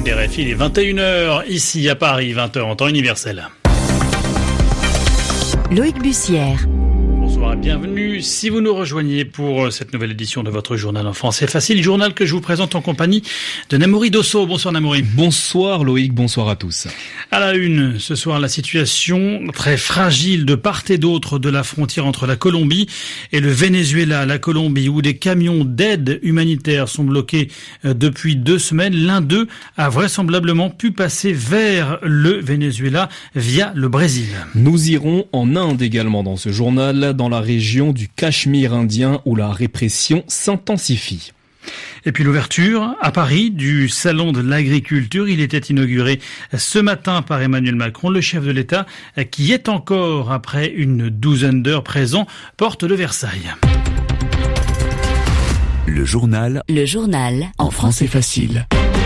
RFI, il est 21h, ici à Paris, 20h en temps universel. Loïc Bussière. Bonsoir et bienvenue. Si vous nous rejoignez pour cette nouvelle édition de votre journal en français facile, journal que je vous présente en compagnie de Namouri Dosso. Bonsoir Namouri. Bonsoir Loïc, bonsoir à tous. À la une, ce soir, la situation très fragile de part et d'autre de la frontière entre la Colombie et le Venezuela. La Colombie, où des camions d'aide humanitaire sont bloqués depuis 2 semaines. L'un d'eux a vraisemblablement pu passer vers le Venezuela via le Brésil. Nous irons en Inde également dans ce journal, dans la région du Cachemire indien où la répression s'intensifie. Et puis l'ouverture à Paris du Salon de l'Agriculture. Il était inauguré ce matin par Emmanuel Macron, le chef de l'État, qui est encore, après une douzaine d'heures présent, porte de Versailles. Le journal En français facile.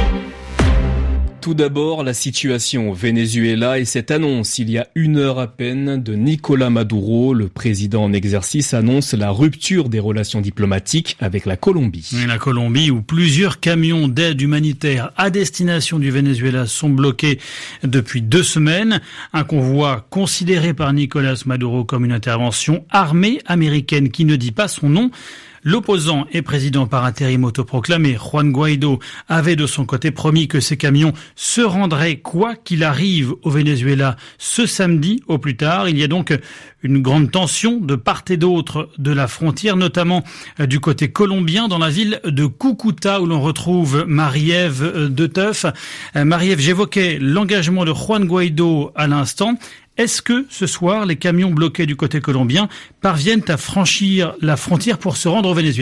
Tout d'abord, la situation au Venezuela et cette annonce, il y a 1 heure à peine, de Nicolás Maduro. Le président en exercice annonce la rupture des relations diplomatiques avec la Colombie. Et la Colombie, où plusieurs camions d'aide humanitaire à destination du Venezuela sont bloqués depuis 2 semaines. Un convoi considéré par Nicolás Maduro comme une intervention armée américaine qui ne dit pas son nom. L'opposant et président par intérim autoproclamé, Juan Guaidó, avait de son côté promis que ces camions se rendraient quoi qu'il arrive au Venezuela ce samedi au plus tard. Il y a donc une grande tension de part et d'autre de la frontière, notamment du côté colombien, dans la ville de Cúcuta, où l'on retrouve Marie-Ève Deteuf. Marie-Ève, j'évoquais l'engagement de Juan Guaidó à l'instant. Est-ce que ce soir, les camions bloqués du côté colombien parviennent à franchir la frontière pour se rendre au Venezuela ?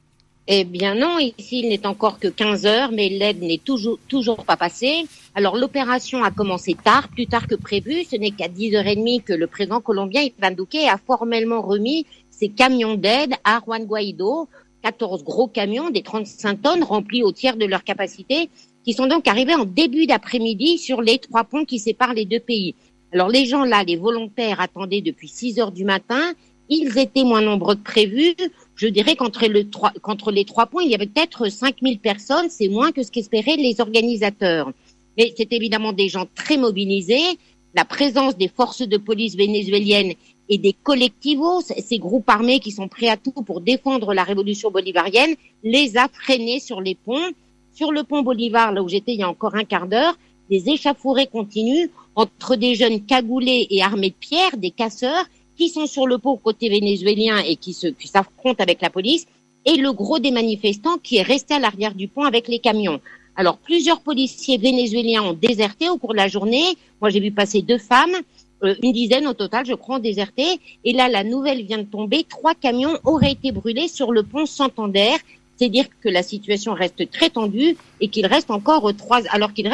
Eh bien non, ici il n'est encore que 15 heures, mais l'aide n'est toujours pas passée. Alors l'opération a commencé tard, plus tard que prévu. Ce n'est qu'à 10h30 que le président colombien Iván Duque a formellement remis ses camions d'aide à Juan Guaidó. 14 gros camions, des 35 tonnes remplis au tiers de leur capacité, qui sont donc arrivés en début d'après-midi sur les 3 ponts qui séparent les 2 pays. Alors les gens là, les volontaires attendaient depuis 6 heures du matin. Ils étaient moins nombreux que prévu. Je dirais qu'entre les 3 points, il y avait peut-être 5000 personnes. C'est moins que ce qu'espéraient les organisateurs. Mais c'est évidemment des gens très mobilisés. La présence des forces de police vénézuéliennes et des collectivos, ces groupes armés qui sont prêts à tout pour défendre la révolution bolivarienne, les a freinés sur les ponts. Sur le pont Bolivar, là où j'étais il y a encore un quart d'heure, des échauffourées continuent entre des jeunes cagoulés et armés de pierres, des casseurs, qui sont sur le pont côté vénézuélien et qui s'affrontent avec la police, et le gros des manifestants qui est resté à l'arrière du pont avec les camions. Alors, plusieurs policiers vénézuéliens ont déserté au cours de la journée. Moi, j'ai vu passer 2 femmes, une dizaine au total, je crois, ont déserté. Et là, la nouvelle vient de tomber. 3 camions auraient été brûlés sur le pont Santander. C'est dire que la situation reste très tendue et qu'il reste encore 3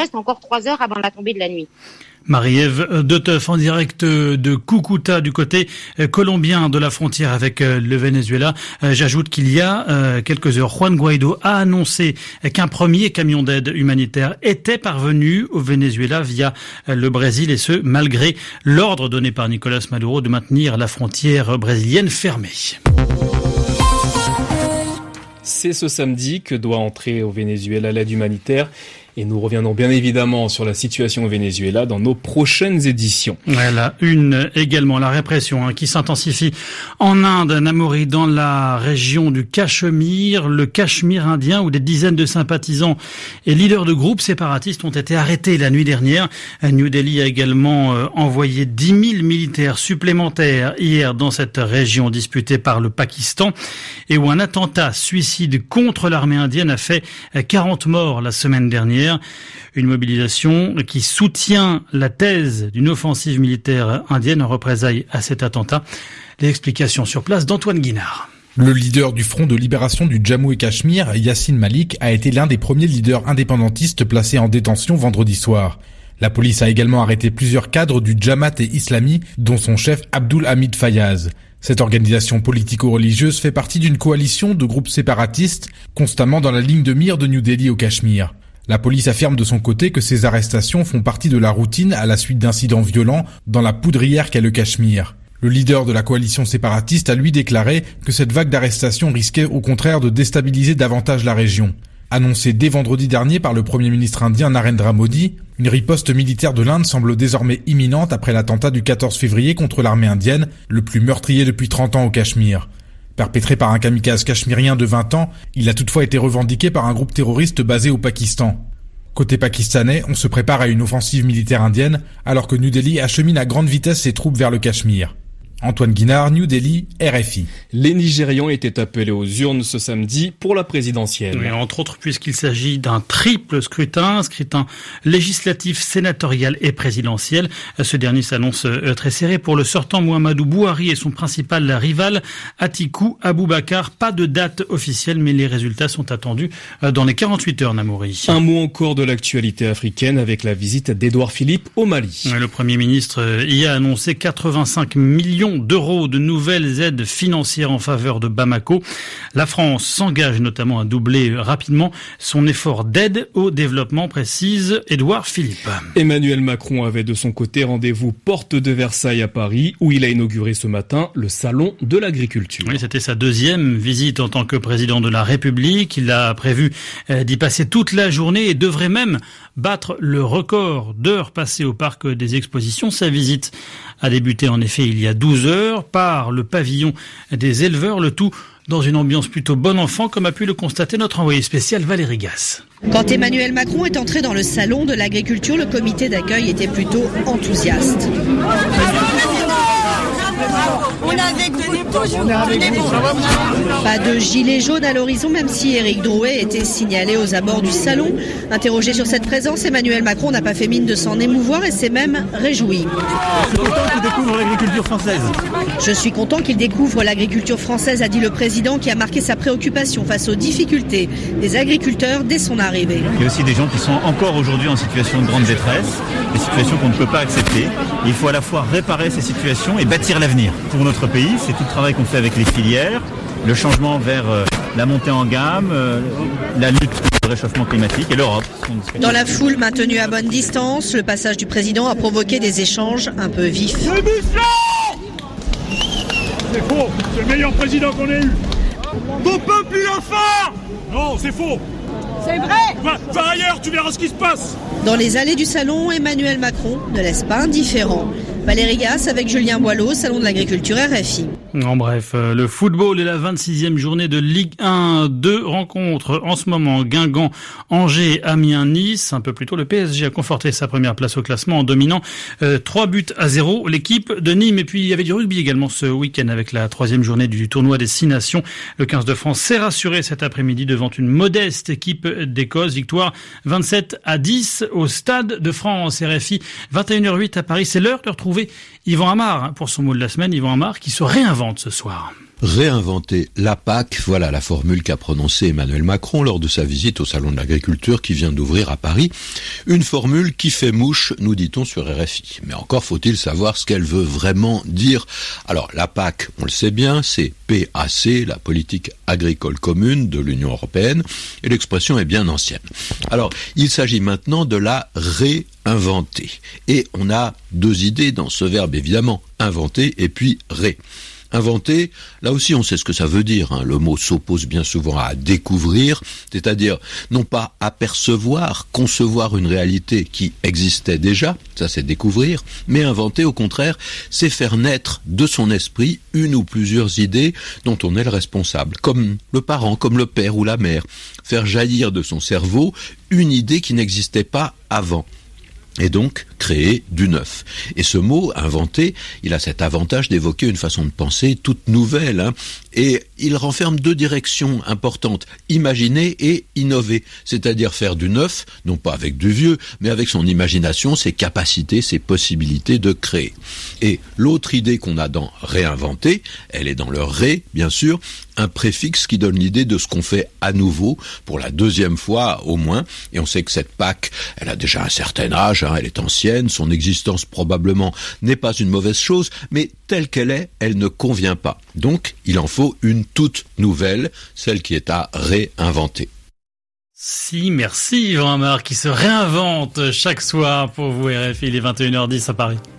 heures avant la tombée de la nuit. Marie-Ève Deteuf en direct de Cúcuta du côté colombien de la frontière avec le Venezuela. J'ajoute qu'il y a quelques heures, Juan Guaidó a annoncé qu'un premier camion d'aide humanitaire était parvenu au Venezuela via le Brésil, et ce malgré l'ordre donné par Nicolás Maduro de maintenir la frontière brésilienne fermée. C'est ce samedi que doit entrer au Venezuela l'aide humanitaire. Et nous reviendrons bien évidemment sur la situation au Venezuela dans nos prochaines éditions. Voilà, également la répression qui s'intensifie en Inde, Namouri, dans la région du Cachemire, le Cachemire indien, où des dizaines de sympathisants et leaders de groupes séparatistes ont été arrêtés la nuit dernière. New Delhi a également envoyé 10 000 militaires supplémentaires hier dans cette région disputée par le Pakistan, et où un attentat suicide contre l'armée indienne a fait 40 morts la semaine dernière. Une mobilisation qui soutient la thèse d'une offensive militaire indienne en représailles à cet attentat. Les explications sur place d'Antoine Guinard. Le leader du Front de libération du Jammu et Cachemire, Yassin Malik, a été l'un des premiers leaders indépendantistes placés en détention vendredi soir. La police a également arrêté plusieurs cadres du Jamaat et Islami, dont son chef Abdul Hamid Fayaz. Cette organisation politico-religieuse fait partie d'une coalition de groupes séparatistes constamment dans la ligne de mire de New Delhi au Cachemire. La police affirme de son côté que ces arrestations font partie de la routine à la suite d'incidents violents dans la poudrière qu'est le Cachemire. Le leader de la coalition séparatiste a lui déclaré que cette vague d'arrestations risquait au contraire de déstabiliser davantage la région. Annoncée dès vendredi dernier par le Premier ministre indien Narendra Modi, une riposte militaire de l'Inde semble désormais imminente après l'attentat du 14 février contre l'armée indienne, le plus meurtrier depuis 30 ans au Cachemire. Perpétré par un kamikaze cachemirien de 20 ans, il a toutefois été revendiqué par un groupe terroriste basé au Pakistan. Côté pakistanais, on se prépare à une offensive militaire indienne, alors que New Delhi achemine à grande vitesse ses troupes vers le Cachemire. Antoine Guinard, New Delhi, RFI. Les Nigérians étaient appelés aux urnes ce samedi pour la présidentielle. Oui, entre autres, puisqu'il s'agit d'un triple scrutin législatif, sénatorial et présidentiel. Ce dernier s'annonce très serré pour le sortant Muhammadu Buhari et son principal rival Atiku Abubakar. Pas de date officielle, mais les résultats sont attendus dans les 48 heures, Namouri. Un mot encore de l'actualité africaine avec la visite d'Édouard Philippe au Mali. Le Premier ministre y a annoncé 85 millions d'euros de nouvelles aides financières en faveur de Bamako. La France s'engage notamment à doubler rapidement son effort d'aide au développement, précise Édouard Philippe. Emmanuel Macron avait de son côté rendez-vous porte de Versailles à Paris, où il a inauguré ce matin le salon de l'agriculture. Oui, c'était sa deuxième visite en tant que président de la République. Il a prévu d'y passer toute la journée et devrait même battre le record d'heures passées au parc des expositions. Sa visite a débuté en effet il y a 12 heures par le pavillon des éleveurs, le tout dans une ambiance plutôt bon enfant, comme a pu le constater notre envoyé spécial Valérie Gasse. Quand Emmanuel Macron est entré dans le salon de l'agriculture, le comité d'accueil était plutôt enthousiaste. On est avec vous. Pas de gilet jaune à l'horizon, même si Éric Drouet était signalé aux abords du salon. Interrogé sur cette présence, Emmanuel Macron n'a pas fait mine de s'en émouvoir et s'est même réjoui. Je suis content qu'il découvre l'agriculture française. Je suis content qu'il découvre l'agriculture française, a dit le président, qui a marqué sa préoccupation face aux difficultés des agriculteurs dès son arrivée. Il y a aussi des gens qui sont encore aujourd'hui en situation de grande détresse, des situations qu'on ne peut pas accepter. Il faut à la fois réparer ces situations et bâtir l'avenir. Pour notre pays, c'est tout le travail qu'on fait avec les filières, le changement vers la montée en gamme, la lutte contre le réchauffement climatique et l'Europe. Dans la foule maintenue à bonne distance, le passage du président a provoqué des échanges un peu vifs. C'est faux, c'est le meilleur président qu'on ait eu. Ton peuple, il a faim. Non, c'est faux. C'est vrai. Va ailleurs, tu verras ce qui se passe. Dans les allées du salon, Emmanuel Macron ne laisse pas indifférent. Valérie Gasse avec Julien Boileau, Salon de l'Agriculture RFI. En bref, le football et la 26e journée de Ligue 1. 2 rencontres en ce moment. Guingamp, Angers, Amiens, Nice. Un peu plus tôt, le PSG a conforté sa première place au classement en dominant 3-0 l'équipe de Nîmes. Et puis, il y avait du rugby également ce week-end avec la 3e journée du tournoi des 6 nations. Le 15 de France s'est rassuré cet après-midi devant une modeste équipe d'Écosse. Victoire 27-10 au Stade de France. RFI, 21h08 à Paris. C'est l'heure de retrouver Yvan Amar pour son mot de la semaine. Yvan Amar qui se réinvente ce soir. Réinventer la PAC, voilà la formule qu'a prononcée Emmanuel Macron lors de sa visite au Salon de l'Agriculture qui vient d'ouvrir à Paris. Une formule qui fait mouche, nous dit-on sur RFI. Mais encore faut-il savoir ce qu'elle veut vraiment dire. Alors la PAC, on le sait bien, c'est PAC, la politique agricole commune de l'Union européenne, et l'expression est bien ancienne. Alors il s'agit maintenant de la réinventer. Et on a deux idées dans ce verbe évidemment, inventer et puis ré. Inventer, là aussi on sait ce que ça veut dire, hein. Le mot s'oppose bien souvent à découvrir, c'est-à-dire non pas apercevoir, concevoir une réalité qui existait déjà, ça c'est découvrir, mais inventer au contraire, c'est faire naître de son esprit une ou plusieurs idées dont on est le responsable, comme le parent, comme le père ou la mère, faire jaillir de son cerveau une idée qui n'existait pas avant. Et donc créer du neuf. Et ce mot, inventer, il a cet avantage d'évoquer une façon de penser toute nouvelle, hein, et il renferme deux directions importantes, imaginer et innover, c'est-à-dire faire du neuf, non pas avec du vieux, mais avec son imagination, ses capacités, ses possibilités de créer. Et l'autre idée qu'on a dans réinventer, elle est dans le ré, bien sûr, un préfixe qui donne l'idée de ce qu'on fait à nouveau, pour la deuxième fois au moins, et on sait que cette PAC, elle a déjà un certain âge, elle est ancienne, son existence probablement n'est pas une mauvaise chose, mais telle qu'elle est, elle ne convient pas. Donc, il en faut une toute nouvelle, celle qui est à réinventer. Si, merci Yvan Amar qui se réinvente chaque soir pour vous RFI, il est 21h10 à Paris.